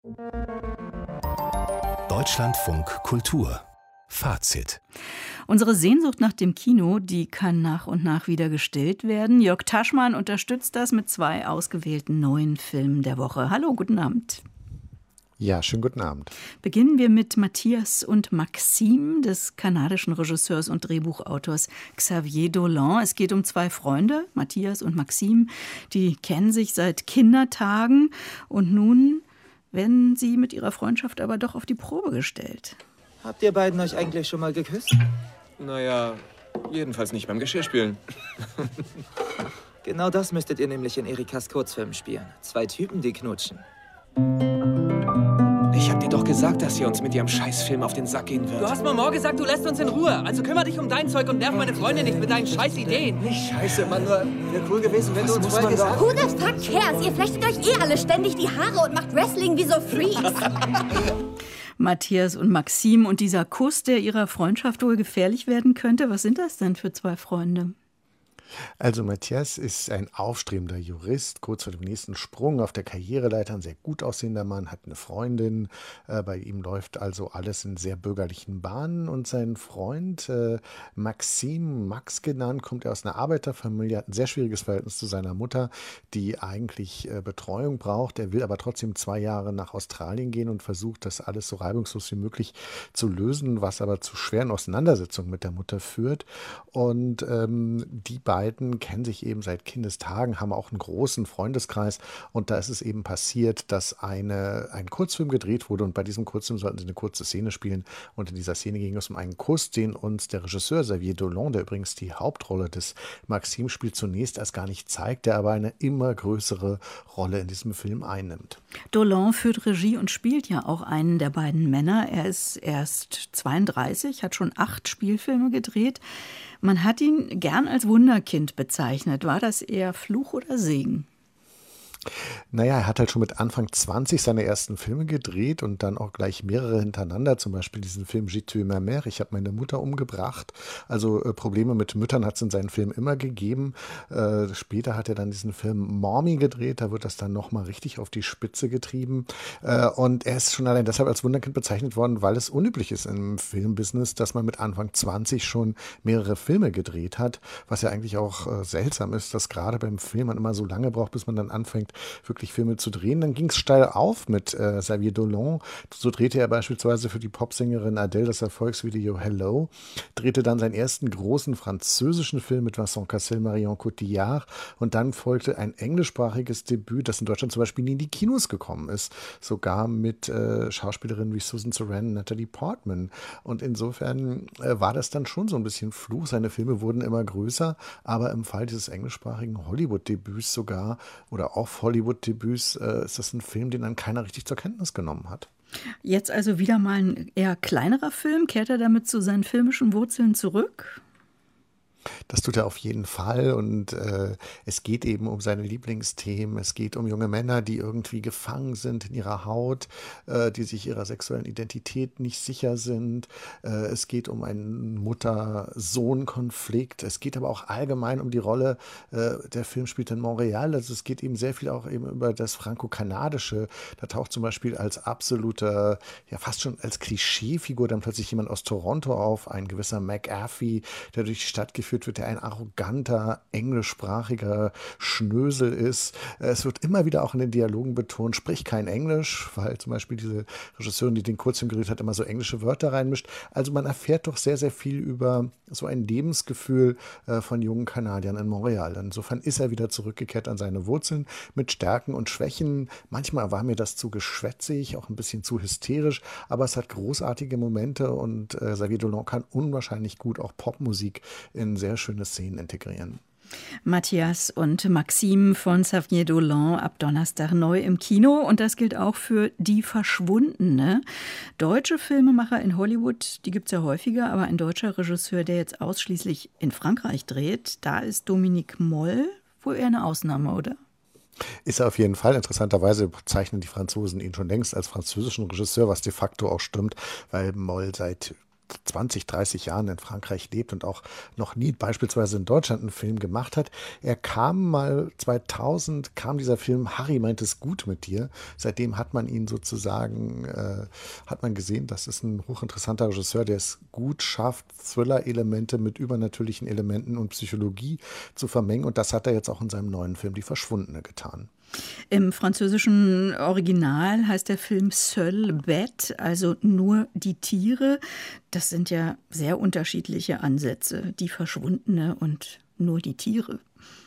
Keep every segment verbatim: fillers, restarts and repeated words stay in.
Deutschlandfunk Kultur Fazit. Unsere Sehnsucht nach dem Kino, die kann nach und nach wieder gestillt werden. Jörg Taschmann unterstützt das mit zwei ausgewählten neuen Filmen der Woche. Hallo, guten Abend. Ja, schönen guten Abend. Beginnen wir mit Matthias und Maxime des kanadischen Regisseurs und Drehbuchautors Xavier Dolan. Es geht um zwei Freunde, Matthias und Maxime, die kennen sich seit Kindertagen und nun werden sie mit ihrer Freundschaft aber doch auf die Probe gestellt. Habt ihr beiden euch eigentlich schon mal geküsst? Naja, jedenfalls nicht beim Geschirrspülen. Genau das müsstet ihr nämlich in Erikas Kurzfilm spielen. Zwei Typen, die knutschen. Ich hab dir doch gesagt, dass sie uns mit ihrem Scheißfilm auf den Sack gehen wird. Du hast Maman gesagt, du lässt uns in Ruhe. Also kümmere dich um dein Zeug und nerv meine Freunde nicht mit deinen Scheißideen. Nicht scheiße, Mann, nur wäre cool gewesen, wenn du uns vorher gesagt Who the fuck cares? Ihr flechtet euch eh alle ständig die Haare und macht Wrestling wie so Freaks. Matthias und Maxime und dieser Kuss, der ihrer Freundschaft wohl gefährlich werden könnte. Was sind das denn für zwei Freunde? Also Matthias ist ein aufstrebender Jurist, kurz vor dem nächsten Sprung auf der Karriereleiter, ein sehr gut aussehender Mann, hat eine Freundin, äh, bei ihm läuft also alles in sehr bürgerlichen Bahnen und sein Freund äh, Maxime, Max genannt, kommt er aus einer Arbeiterfamilie, hat ein sehr schwieriges Verhältnis zu seiner Mutter, die eigentlich äh, Betreuung braucht. Er will aber trotzdem zwei Jahre nach Australien gehen und versucht, das alles so reibungslos wie möglich zu lösen, was aber zu schweren Auseinandersetzungen mit der Mutter führt. Und ähm, die beiden kennen sich eben seit Kindestagen, haben auch einen großen Freundeskreis und da ist es eben passiert, dass eine, ein Kurzfilm gedreht wurde und bei diesem Kurzfilm sollten sie eine kurze Szene spielen und in dieser Szene ging es um einen Kuss, den uns der Regisseur Xavier Dolan, der übrigens die Hauptrolle des Maxime spielt, zunächst erst gar nicht zeigt, der aber eine immer größere Rolle in diesem Film einnimmt. Dolan führt Regie und spielt ja auch einen der beiden Männer. Er ist erst zweiunddreißig, hat schon acht Spielfilme gedreht. Man hat ihn gern als Wunderkind bezeichnet. War das eher Fluch oder Segen? Naja, er hat halt schon mit Anfang zwanzig seine ersten Filme gedreht und dann auch gleich mehrere hintereinander, zum Beispiel diesen Film J'ai tué ma mère, ich habe meine Mutter umgebracht. Also äh, Probleme mit Müttern hat es in seinen Filmen immer gegeben. Äh, später hat er dann diesen Film Mommy gedreht, da wird das dann nochmal richtig auf die Spitze getrieben. Äh, und er ist schon allein deshalb als Wunderkind bezeichnet worden, weil es unüblich ist im Filmbusiness, dass man mit Anfang zwanzig schon mehrere Filme gedreht hat, was ja eigentlich auch äh, seltsam ist, dass gerade beim Film man immer so lange braucht, bis man dann anfängt, wirklich Filme zu drehen. Dann ging es steil auf mit äh, Xavier Dolan. So drehte er beispielsweise für die Popsängerin Adele das Erfolgsvideo Hello, drehte dann seinen ersten großen französischen Film mit Vincent Cassel, Marion Cotillard und dann folgte ein englischsprachiges Debüt, das in Deutschland zum Beispiel nie in die Kinos gekommen ist, sogar mit äh, Schauspielerinnen wie Susan Sarandon, Natalie Portman. Und insofern äh, war das dann schon so ein bisschen Fluch. Seine Filme wurden immer größer, aber im Fall dieses englischsprachigen Hollywood-Debüts sogar oder auch Hollywood-Debüts äh, ist das ein Film, den dann keiner richtig zur Kenntnis genommen hat. Jetzt also wieder mal ein eher kleinerer Film. Kehrt er damit zu seinen filmischen Wurzeln zurück? Das tut er auf jeden Fall und äh, es geht eben um seine Lieblingsthemen. Es geht um junge Männer, die irgendwie gefangen sind in ihrer Haut, äh, die sich ihrer sexuellen Identität nicht sicher sind. Äh, es geht um einen Mutter-Sohn-Konflikt. Es geht aber auch allgemein um die Rolle, äh, der Film spielt in Montreal. Also es geht eben sehr viel auch eben über das Franco-Kanadische. Da taucht zum Beispiel als absoluter, ja fast schon als Klischeefigur dann plötzlich jemand aus Toronto auf, ein gewisser McAfee, der durch die Stadt geführt wird, der ein arroganter, englischsprachiger Schnösel ist. Es wird immer wieder auch in den Dialogen betont, sprich kein Englisch, weil zum Beispiel diese Regisseurin, die den Kurzfilm gedreht hat, immer so englische Wörter reinmischt. Also man erfährt doch sehr, sehr viel über so ein Lebensgefühl äh, von jungen Kanadiern in Montreal. Insofern ist er wieder zurückgekehrt an seine Wurzeln mit Stärken und Schwächen. Manchmal war mir das zu geschwätzig, auch ein bisschen zu hysterisch, aber es hat großartige Momente und äh, Xavier Dolan kann unwahrscheinlich gut auch Popmusik in sehr schöne Szenen integrieren. Matthias und Maxime von Xavier Dolan ab Donnerstag neu im Kino. Und das gilt auch für Die Verschwundene. Deutsche Filmemacher in Hollywood, die gibt es ja häufiger, aber ein deutscher Regisseur, der jetzt ausschließlich in Frankreich dreht, da ist Dominique Moll wohl eher eine Ausnahme, oder? Ist er auf jeden Fall. Interessanterweise bezeichnen die Franzosen ihn schon längst als französischen Regisseur, was de facto auch stimmt, weil Moll seit zwanzig, dreißig Jahren in Frankreich lebt und auch noch nie beispielsweise in Deutschland einen Film gemacht hat. Er kam mal zweitausend, kam dieser Film Harry meint es gut mit dir. Seitdem hat man ihn sozusagen, äh, hat man gesehen, das ist ein hochinteressanter Regisseur, der es gut schafft, Thriller-Elemente mit übernatürlichen Elementen und Psychologie zu vermengen. Und das hat er jetzt auch in seinem neuen Film Die Verschwundene getan. Im französischen Original heißt der Film Seul Bête, also nur die Tiere. Das sind ja sehr unterschiedliche Ansätze, die Verschwundene und nur die Tiere.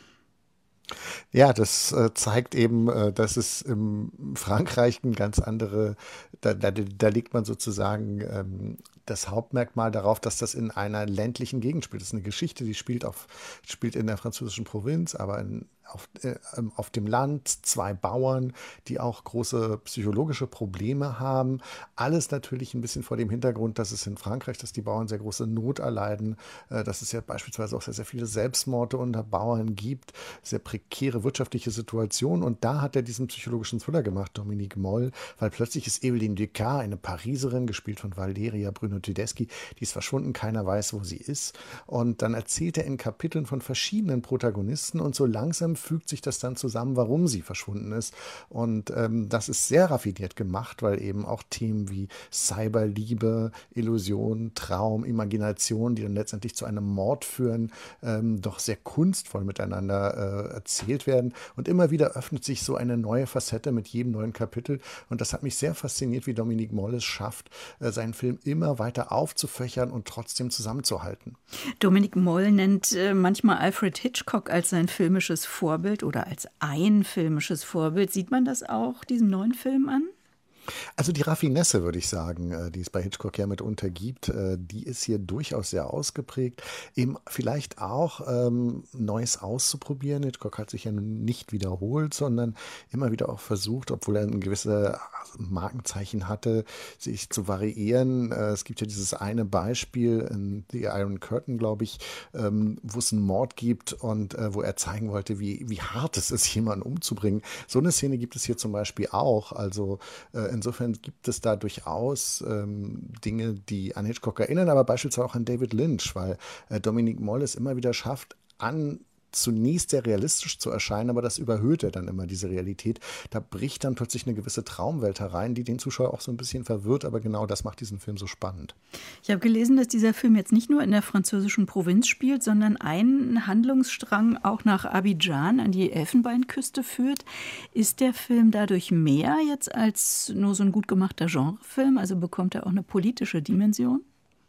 Ja, das äh, zeigt eben, äh, dass es im Frankreich ein ganz andere, da, da, da legt man sozusagen ähm, das Hauptmerkmal darauf, dass das in einer ländlichen Gegend spielt. Das ist eine Geschichte, die spielt, auf, spielt in der französischen Provinz, aber in, auf, äh, auf dem Land, zwei Bauern, die auch große psychologische Probleme haben. Alles natürlich ein bisschen vor dem Hintergrund, dass es in Frankreich, dass die Bauern sehr große Not erleiden, äh, dass es ja beispielsweise auch sehr, sehr viele Selbstmorde unter Bauern gibt, sehr prekäre wirtschaftliche Situation. Und da hat er diesen psychologischen Thriller gemacht, Dominique Moll, weil plötzlich ist Eveline Ducard, eine Pariserin, gespielt von Valeria Bruno Tedeschi, die ist verschwunden, keiner weiß, wo sie ist. Und dann erzählt er in Kapiteln von verschiedenen Protagonisten und so langsam fügt sich das dann zusammen, warum sie verschwunden ist. Und ähm, das ist sehr raffiniert gemacht, weil eben auch Themen wie Cyberliebe, Illusion, Traum, Imagination, die dann letztendlich zu einem Mord führen, ähm, doch sehr kunstvoll miteinander äh, erzählt werden. Und immer wieder öffnet sich so eine neue Facette mit jedem neuen Kapitel. Und das hat mich sehr fasziniert, wie Dominique Moll es schafft, äh, seinen Film immer weiter aufzufächern und trotzdem zusammenzuhalten. Dominique Moll nennt äh, manchmal Alfred Hitchcock als sein filmisches Vorbild oder als ein filmisches Vorbild. Sieht man das auch diesem neuen Film an? Also die Raffinesse, würde ich sagen, die es bei Hitchcock ja mitunter gibt, die ist hier durchaus sehr ausgeprägt. Eben vielleicht auch ähm, Neues auszuprobieren. Hitchcock hat sich ja nicht wiederholt, sondern immer wieder auch versucht, obwohl er ein gewisse Markenzeichen hatte, sich zu variieren. Es gibt ja dieses eine Beispiel in The Iron Curtain, glaube ich, ähm, wo es einen Mord gibt und äh, wo er zeigen wollte, wie, wie hart es ist, jemanden umzubringen. So eine Szene gibt es hier zum Beispiel auch. Also äh, insofern gibt es da durchaus ähm, Dinge, die an Hitchcock erinnern, aber beispielsweise auch an David Lynch, weil äh, Dominique Moll es immer wieder schafft, an zunächst sehr realistisch zu erscheinen, aber das überhöht er dann immer, diese Realität. Da bricht dann plötzlich eine gewisse Traumwelt herein, die den Zuschauer auch so ein bisschen verwirrt, aber genau das macht diesen Film so spannend. Ich habe gelesen, dass dieser Film jetzt nicht nur in der französischen Provinz spielt, sondern einen Handlungsstrang auch nach Abidjan an die Elfenbeinküste führt. Ist der Film dadurch mehr jetzt als nur so ein gut gemachter Genrefilm? Also bekommt er auch eine politische Dimension?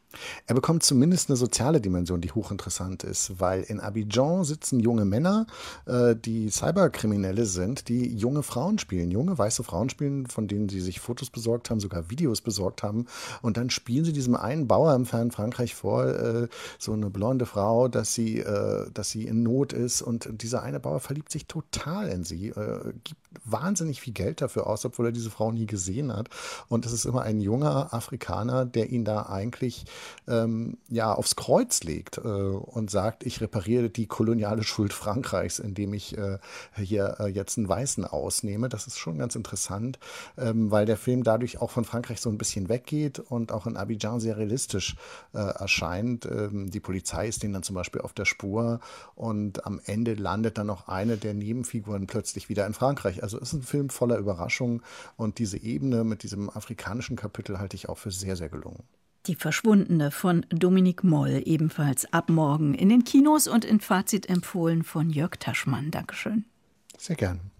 Er bekommt zumindest eine soziale Dimension, die hochinteressant ist, weil in Abidjan sitzen junge Männer, äh, die Cyberkriminelle sind, die junge Frauen spielen, junge weiße Frauen spielen, von denen sie sich Fotos besorgt haben, sogar Videos besorgt haben. Und dann spielen sie diesem einen Bauer im fernen Frankreich vor, äh, so eine blonde Frau, dass sie, äh, dass sie in Not ist. Und dieser eine Bauer verliebt sich total in sie, äh, gibt wahnsinnig viel Geld dafür aus, obwohl er diese Frau nie gesehen hat. Und es ist immer ein junger Afrikaner, der ihn da eigentlich ähm, ja, aufs Kreuz legt äh, und sagt, ich repariere die koloniale Schuld Frankreichs, indem ich äh, hier äh, jetzt einen Weißen ausnehme. Das ist schon ganz interessant, ähm, weil der Film dadurch auch von Frankreich so ein bisschen weggeht und auch in Abidjan sehr realistisch äh, erscheint. Ähm, die Polizei ist denen dann zum Beispiel auf der Spur und am Ende landet dann noch eine der Nebenfiguren plötzlich wieder in Frankreich. Also es ist ein Film voller Überraschung und diese Ebene mit diesem afrikanischen Kapitel halte ich auch für sehr, sehr gelungen. Die Verschwundene von Dominique Moll, ebenfalls ab morgen in den Kinos und in Fazit empfohlen von Jörg Taschmann. Dankeschön. Sehr gern.